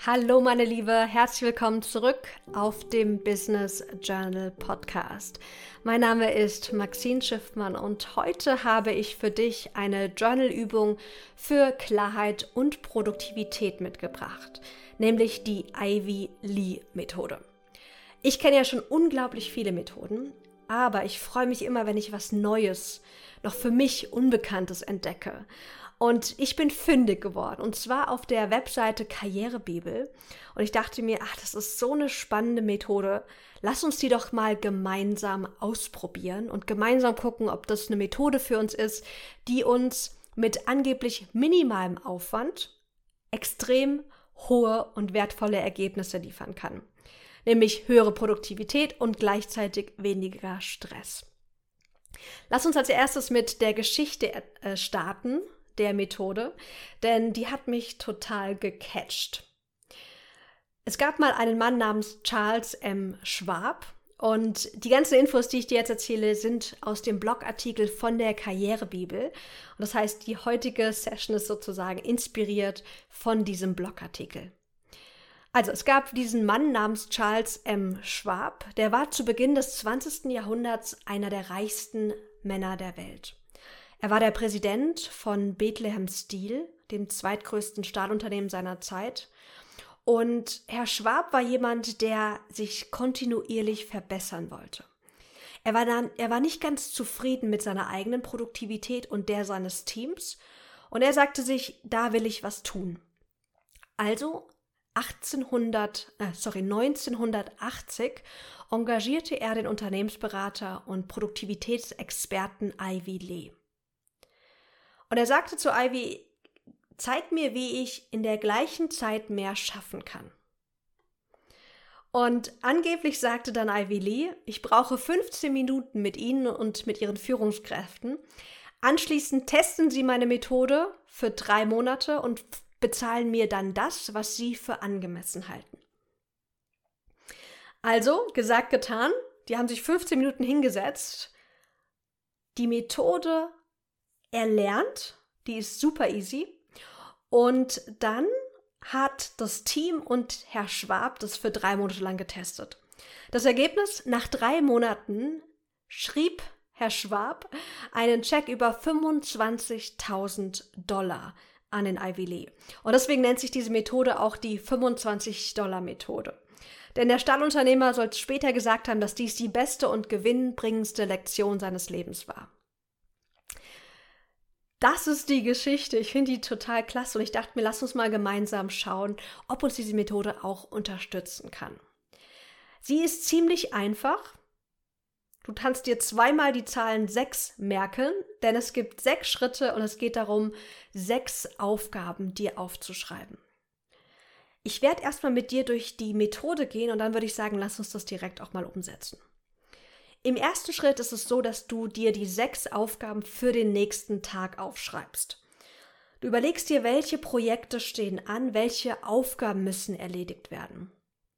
Hallo meine Liebe, herzlich willkommen zurück auf dem Business Journal Podcast. Mein Name ist Maxine Schiffmann und heute habe ich für dich eine Journalübung für Klarheit und Produktivität mitgebracht, nämlich die Ivy Lee Methode. Ich kenne ja schon unglaublich viele Methoden, aber ich freue mich immer, wenn ich was Neues, noch für mich Unbekanntes entdecke. Und ich bin fündig geworden, und zwar auf der Webseite Karrierebibel. Und ich dachte mir, das ist so eine spannende Methode. Lass uns die doch mal gemeinsam ausprobieren und gemeinsam gucken, ob das eine Methode für uns ist, die uns mit angeblich minimalem Aufwand extrem hohe und wertvolle Ergebnisse liefern kann. Nämlich höhere Produktivität und gleichzeitig weniger Stress. Lass uns als erstes mit der Geschichte starten, der Methode, denn die hat mich total gecatcht. Es gab mal einen Mann namens Charles M. Schwab und die ganzen Infos, die ich dir jetzt erzähle, sind aus dem Blogartikel von der Karrierebibel. Und das heißt, die heutige Session ist sozusagen inspiriert von diesem Blogartikel. Also, es gab diesen Mann namens Charles M. Schwab, der war zu Beginn des 20. Jahrhunderts einer der reichsten Männer der Welt. Er war der Präsident von Bethlehem Steel, dem zweitgrößten Stahlunternehmen seiner Zeit. Und Herr Schwab war jemand, der sich kontinuierlich verbessern wollte. Er war nicht ganz zufrieden mit seiner eigenen Produktivität und der seines Teams. Und er sagte sich, da will ich was tun. Also 1980 engagierte er den Unternehmensberater und Produktivitätsexperten Ivy Lee. Und er sagte zu Ivy, zeig mir, wie ich in der gleichen Zeit mehr schaffen kann. Und angeblich sagte dann Ivy Lee, ich brauche 15 Minuten mit Ihnen und mit Ihren Führungskräften. Anschließend testen Sie meine Methode für 3 Monate und bezahlen mir dann das, was Sie für angemessen halten. Also, gesagt, getan, die haben sich 15 Minuten hingesetzt, die Methode erlernt, die ist super easy, und dann hat das Team und Herr Schwab das für 3 Monate lang getestet. Das Ergebnis, nach 3 Monaten schrieb Herr Schwab einen Scheck über $25.000 an den Ivy Lee. Und deswegen nennt sich diese Methode auch die $25-Methode. Denn der Stahlunternehmer soll später gesagt haben, dass dies die beste und gewinnbringendste Lektion seines Lebens war. Das ist die Geschichte. Ich finde die total klasse und ich dachte mir, lass uns mal gemeinsam schauen, ob uns diese Methode auch unterstützen kann. Sie ist ziemlich einfach. Du kannst dir zweimal die Zahlen 6 merken, denn es gibt 6 Schritte und es geht darum, 6 Aufgaben dir aufzuschreiben. Ich werde erstmal mit dir durch die Methode gehen und dann würde ich sagen, lass uns das direkt auch mal umsetzen. Im ersten Schritt ist es so, dass du dir die 6 Aufgaben für den nächsten Tag aufschreibst. Du überlegst dir, welche Projekte stehen an, welche Aufgaben müssen erledigt werden.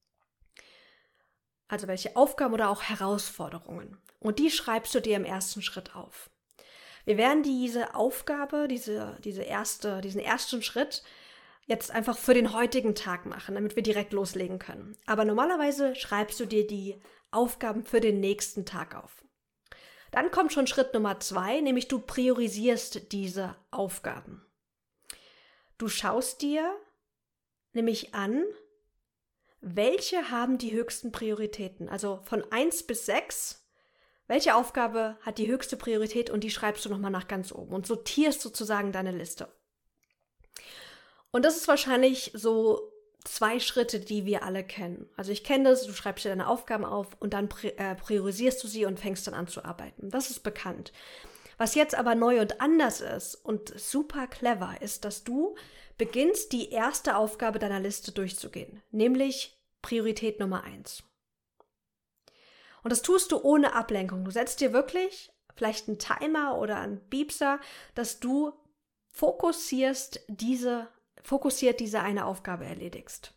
Also welche Aufgaben oder auch Herausforderungen. Und die schreibst du dir im ersten Schritt auf. Wir werden diese Aufgabe, diesen ersten Schritt jetzt einfach für den heutigen Tag machen, damit wir direkt loslegen können. Aber normalerweise schreibst du dir die Aufgaben für den nächsten Tag auf. Dann kommt schon Schritt Nummer 2, nämlich du priorisierst diese Aufgaben. Du schaust dir nämlich an, welche haben die höchsten Prioritäten. Also von 1 bis 6, welche Aufgabe hat die höchste Priorität und die schreibst du nochmal nach ganz oben und sortierst sozusagen deine Liste. Und das ist wahrscheinlich so 2 Schritte, die wir alle kennen. Also ich kenne das, du schreibst dir deine Aufgaben auf und dann priorisierst du sie und fängst dann an zu arbeiten. Das ist bekannt. Was jetzt aber neu und anders ist und super clever ist, dass du beginnst, die erste Aufgabe deiner Liste durchzugehen, nämlich Priorität Nummer 1. Und das tust du ohne Ablenkung. Du setzt dir wirklich vielleicht einen Timer oder einen Piepser, dass du fokussiert diese eine Aufgabe erledigst.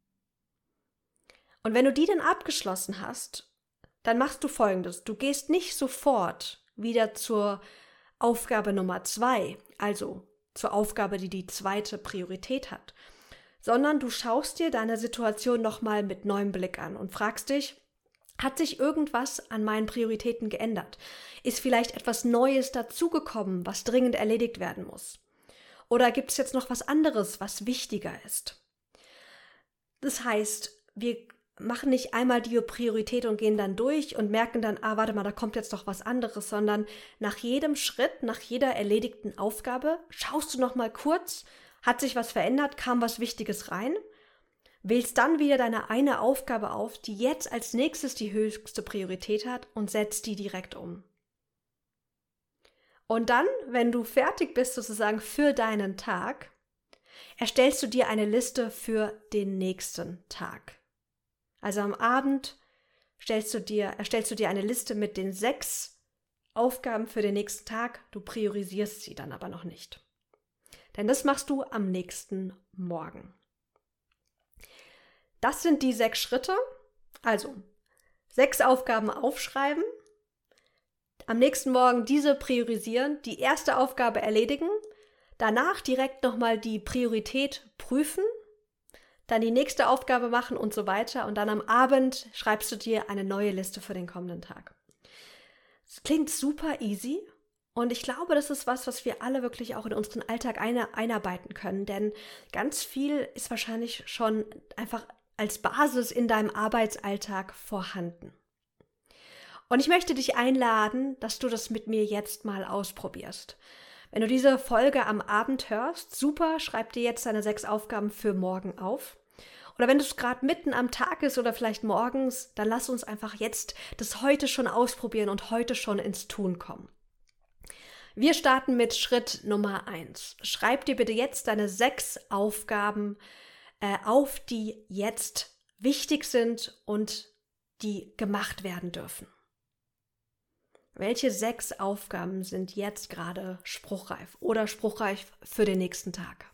Und wenn du die dann abgeschlossen hast, dann machst du Folgendes. Du gehst nicht sofort wieder zur Aufgabe Nummer 2, also zur Aufgabe, die die zweite Priorität hat, sondern du schaust dir deine Situation nochmal mit neuem Blick an und fragst dich, hat sich irgendwas an meinen Prioritäten geändert? Ist vielleicht etwas Neues dazugekommen, was dringend erledigt werden muss? Oder gibt es jetzt noch was anderes, was wichtiger ist? Das heißt, wir machen nicht einmal die Priorität und gehen dann durch und merken dann, warte mal, da kommt jetzt doch was anderes, sondern nach jedem Schritt, nach jeder erledigten Aufgabe schaust du nochmal kurz, hat sich was verändert, kam was Wichtiges rein, wählst dann wieder deine eine Aufgabe auf, die jetzt als nächstes die höchste Priorität hat und setzt die direkt um. Und dann, wenn du fertig bist sozusagen für deinen Tag, erstellst du dir eine Liste für den nächsten Tag. Also am Abend erstellst du dir eine Liste mit den 6 Aufgaben für den nächsten Tag. Du priorisierst sie dann aber noch nicht. Denn das machst du am nächsten Morgen. Das sind die 6 Schritte. Also 6 Aufgaben aufschreiben, am nächsten Morgen diese priorisieren, die erste Aufgabe erledigen, danach direkt nochmal die Priorität prüfen, dann die nächste Aufgabe machen und so weiter und dann am Abend schreibst du dir eine neue Liste für den kommenden Tag. Es klingt super easy und ich glaube, das ist was wir alle wirklich auch in unseren Alltag einarbeiten können, denn ganz viel ist wahrscheinlich schon einfach als Basis in deinem Arbeitsalltag vorhanden. Und ich möchte dich einladen, dass du das mit mir jetzt mal ausprobierst. Wenn du diese Folge am Abend hörst, super, schreib dir jetzt deine 6 Aufgaben für morgen auf. Oder wenn es gerade mitten am Tag ist oder vielleicht morgens, dann lass uns einfach jetzt das heute schon ausprobieren und heute schon ins Tun kommen. Wir starten mit Schritt Nummer 1. Schreib dir bitte jetzt deine 6 Aufgaben auf, die jetzt wichtig sind und die gemacht werden dürfen. Welche 6 Aufgaben sind jetzt gerade spruchreif oder spruchreif für den nächsten Tag?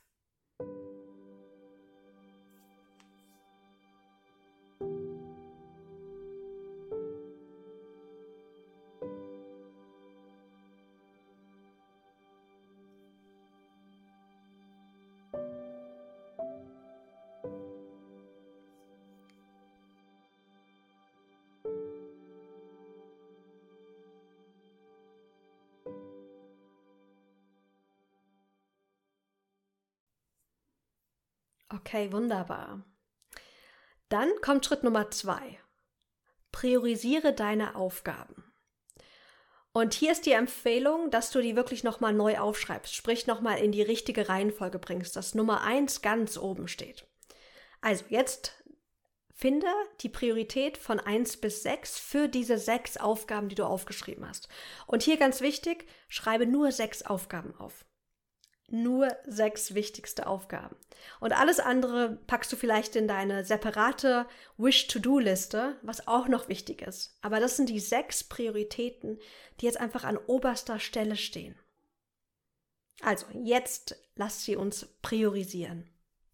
Okay, wunderbar. Dann kommt Schritt Nummer 2. Priorisiere deine Aufgaben. Und hier ist die Empfehlung, dass du die wirklich nochmal neu aufschreibst, sprich nochmal in die richtige Reihenfolge bringst, dass Nummer 1 ganz oben steht. Also jetzt finde die Priorität von 1 bis 6 für diese 6 Aufgaben, die du aufgeschrieben hast. Und hier ganz wichtig, schreibe nur 6 Aufgaben auf. Nur 6 wichtigste Aufgaben. Und alles andere packst du vielleicht in deine separate Wish-to-Do-Liste, was auch noch wichtig ist. Aber das sind die 6 Prioritäten, die jetzt einfach an oberster Stelle stehen. Also, jetzt lass sie uns priorisieren.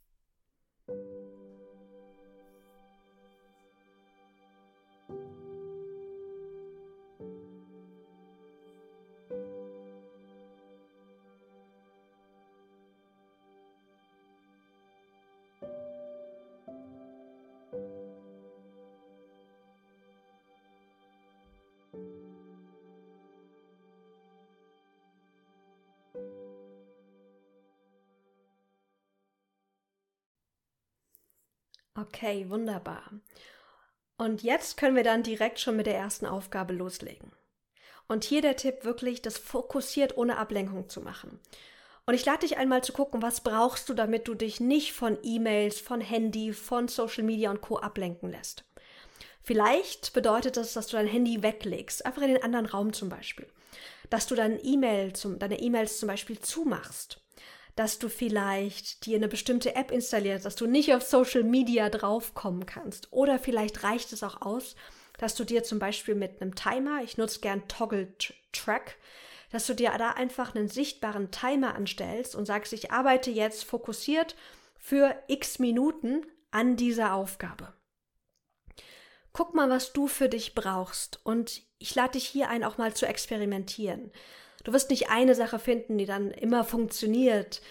Okay, wunderbar. Und jetzt können wir dann direkt schon mit der ersten Aufgabe loslegen. Und hier der Tipp wirklich, das fokussiert ohne Ablenkung zu machen. Und ich lade dich einmal zu gucken, was brauchst du, damit du dich nicht von E-Mails, von Handy, von Social Media und Co. ablenken lässt. Vielleicht bedeutet das, dass du dein Handy weglegst, einfach in den anderen Raum zum Beispiel. Dass du deine E-Mails zum Beispiel zumachst. Dass du vielleicht dir eine bestimmte App installierst, dass du nicht auf Social Media draufkommen kannst. Oder vielleicht reicht es auch aus, dass du dir zum Beispiel mit einem Timer, ich nutze gern Toggle Track, dass du dir da einfach einen sichtbaren Timer anstellst und sagst, ich arbeite jetzt fokussiert für x Minuten an dieser Aufgabe. Guck mal, was du für dich brauchst und ich lade dich hier ein, auch mal zu experimentieren. Du wirst nicht eine Sache finden, die dann immer funktioniert,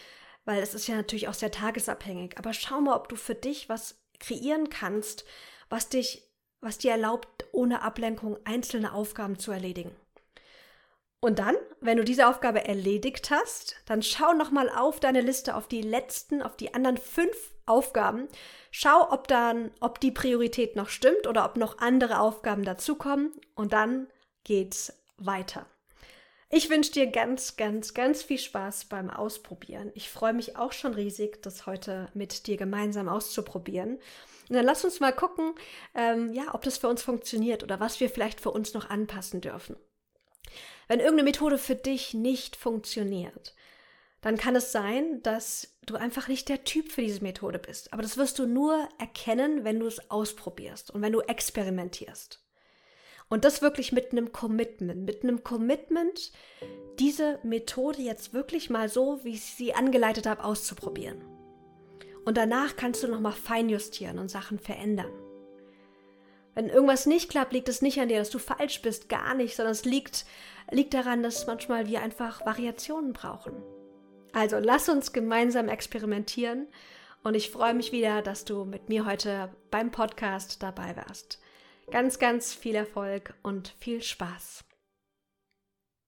weil es ist ja natürlich auch sehr tagesabhängig. Aber schau mal, ob du für dich was kreieren kannst, was dir erlaubt, ohne Ablenkung einzelne Aufgaben zu erledigen. Und dann, wenn du diese Aufgabe erledigt hast, dann schau nochmal auf deine Liste, auf die anderen 5 Aufgaben. Schau, ob die Priorität noch stimmt oder ob noch andere Aufgaben dazukommen. Und dann geht's weiter. Ich wünsche dir ganz, ganz, ganz viel Spaß beim Ausprobieren. Ich freue mich auch schon riesig, das heute mit dir gemeinsam auszuprobieren. Und dann lass uns mal gucken, ob das für uns funktioniert oder was wir vielleicht für uns noch anpassen dürfen. Wenn irgendeine Methode für dich nicht funktioniert, dann kann es sein, dass du einfach nicht der Typ für diese Methode bist. Aber das wirst du nur erkennen, wenn du es ausprobierst und wenn du experimentierst. Und das wirklich mit einem Commitment, diese Methode jetzt wirklich mal so, wie ich sie angeleitet habe, auszuprobieren. Und danach kannst du nochmal feinjustieren und Sachen verändern. Wenn irgendwas nicht klappt, liegt es nicht an dir, dass du falsch bist, gar nicht, sondern es liegt daran, dass manchmal wir einfach Variationen brauchen. Also lass uns gemeinsam experimentieren und ich freue mich wieder, dass du mit mir heute beim Podcast dabei warst. Ganz, ganz viel Erfolg und viel Spaß.